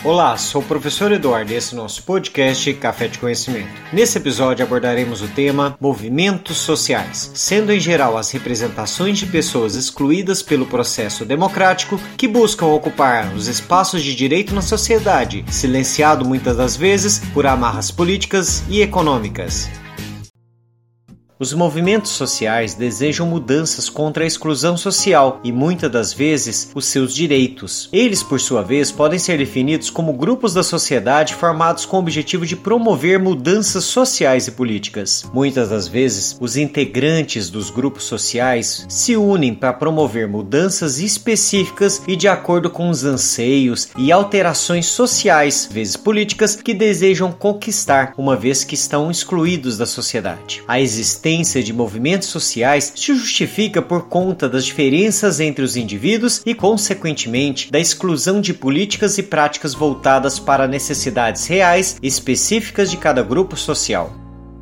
Olá, sou o professor Eduardo e esse é o nosso podcast Café de Conhecimento. Nesse episódio abordaremos o tema movimentos sociais, sendo em geral as representações de pessoas excluídas pelo processo democrático que buscam ocupar os espaços de direito na sociedade, silenciado muitas das vezes por amarras políticas e econômicas. Os movimentos sociais desejam mudanças contra a exclusão social e, muitas das vezes, os seus direitos. Eles, por sua vez, podem ser definidos como grupos da sociedade formados com o objetivo de promover mudanças sociais e políticas. Muitas das vezes, os integrantes dos grupos sociais se unem para promover mudanças específicas e de acordo com os anseios e alterações sociais, vezes políticas, que desejam conquistar, uma vez que estão excluídos da sociedade. A existência de movimentos sociais se justifica por conta das diferenças entre os indivíduos e, consequentemente, da exclusão de políticas e práticas voltadas para necessidades reais específicas de cada grupo social.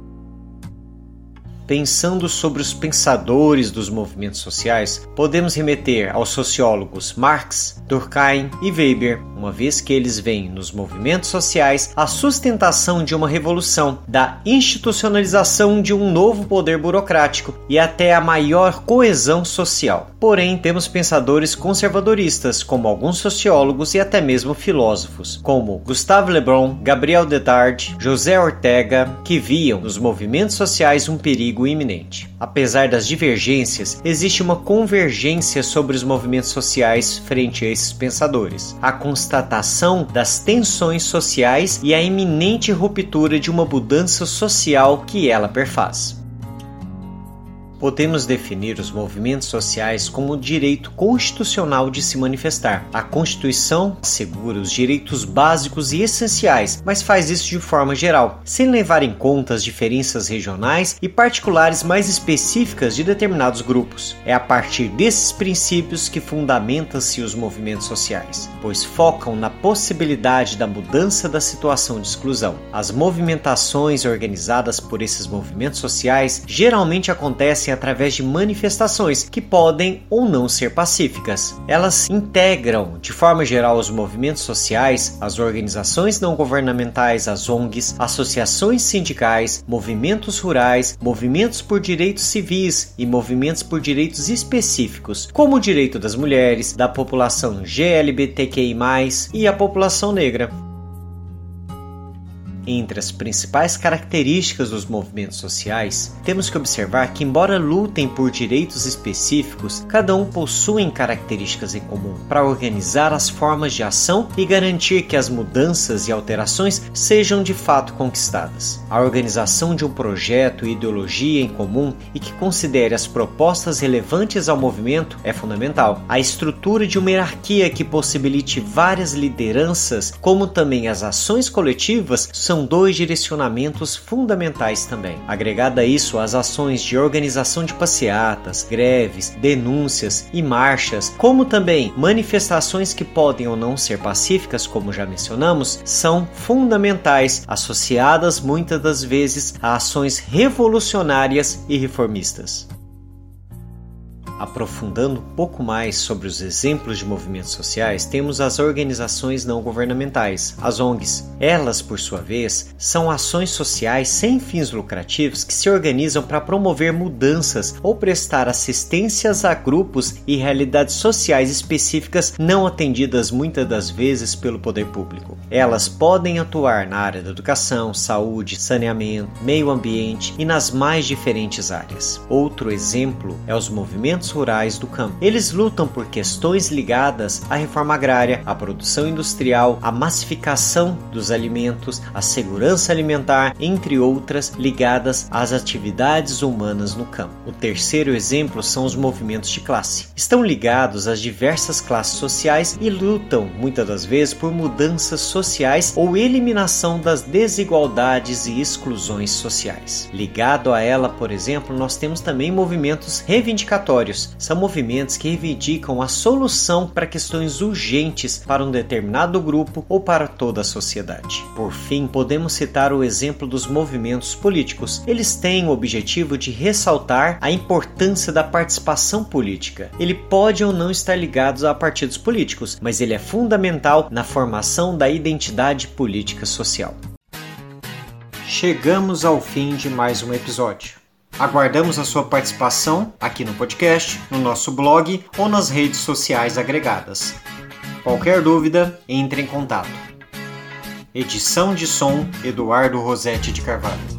Pensando sobre os pensadores dos movimentos sociais, podemos remeter aos sociólogos Marx, Durkheim e Weber, uma vez que eles veem nos movimentos sociais a sustentação de uma revolução, da institucionalização de um novo poder burocrático e até a maior coesão social. Porém, temos pensadores conservadoristas, como alguns sociólogos e até mesmo filósofos, como Gustave Le Bon, Gabriel Descartes, José Ortega, que viam nos movimentos sociais um perigo iminente. Apesar das divergências, existe uma convergência sobre os movimentos sociais frente a esses pensadores. A constatação das tensões sociais e a iminente ruptura de uma mudança social que ela perfaz. Podemos definir os movimentos sociais como o direito constitucional de se manifestar. A Constituição assegura os direitos básicos e essenciais, mas faz isso de forma geral, sem levar em conta as diferenças regionais e particulares mais específicas de determinados grupos. É a partir desses princípios que fundamentam-se os movimentos sociais, pois focam na possibilidade da mudança da situação de exclusão. As movimentações organizadas por esses movimentos sociais geralmente acontecem através de manifestações que podem ou não ser pacíficas. Elas integram, de forma geral, os movimentos sociais, as organizações não governamentais, as ONGs, associações sindicais, movimentos rurais, movimentos por direitos civis e movimentos por direitos específicos, como o direito das mulheres, da população LGBTQI+, e a população negra. Entre as principais características dos movimentos sociais, temos que observar que, embora lutem por direitos específicos, cada um possui características em comum para organizar as formas de ação e garantir que as mudanças e alterações sejam de fato conquistadas. A organização de um projeto e ideologia em comum e que considere as propostas relevantes ao movimento é fundamental. A estrutura de uma hierarquia que possibilite várias lideranças, como também as ações coletivas, são dois direcionamentos fundamentais também. Agregado a isso, as ações de organização de passeatas, greves, denúncias e marchas, como também manifestações que podem ou não ser pacíficas, como já mencionamos, são fundamentais, associadas muitas das vezes a ações revolucionárias e reformistas. Aprofundando um pouco mais sobre os exemplos de movimentos sociais, temos as organizações não governamentais, as ONGs. Elas, por sua vez, são ações sociais sem fins lucrativos que se organizam para promover mudanças ou prestar assistências a grupos e realidades sociais específicas não atendidas muitas das vezes pelo poder público. Elas podem atuar na área da educação, saúde, saneamento, meio ambiente e nas mais diferentes áreas. Outro exemplo é os movimentos rurais do campo. Eles lutam por questões ligadas à reforma agrária, à produção industrial, à massificação dos alimentos, à segurança alimentar, entre outras ligadas às atividades humanas no campo. O terceiro exemplo são os movimentos de classe. Estão ligados às diversas classes sociais e lutam, muitas das vezes, por mudanças sociais ou eliminação das desigualdades e exclusões sociais. Ligado a ela, por exemplo, nós temos também movimentos reivindicatórios, comunitários são movimentos que reivindicam a solução para questões urgentes para um determinado grupo ou para toda a sociedade. Por fim, podemos citar o exemplo dos movimentos políticos. Eles têm o objetivo de ressaltar a importância da participação política. Ele pode ou não estar ligado a partidos políticos, mas ele é fundamental na formação da identidade política social. Chegamos ao fim de mais um episódio. Aguardamos a sua participação aqui no podcast, no nosso blog ou nas redes sociais agregadas. Qualquer dúvida, entre em contato. Edição de som, Eduardo Rossetti de Carvalho.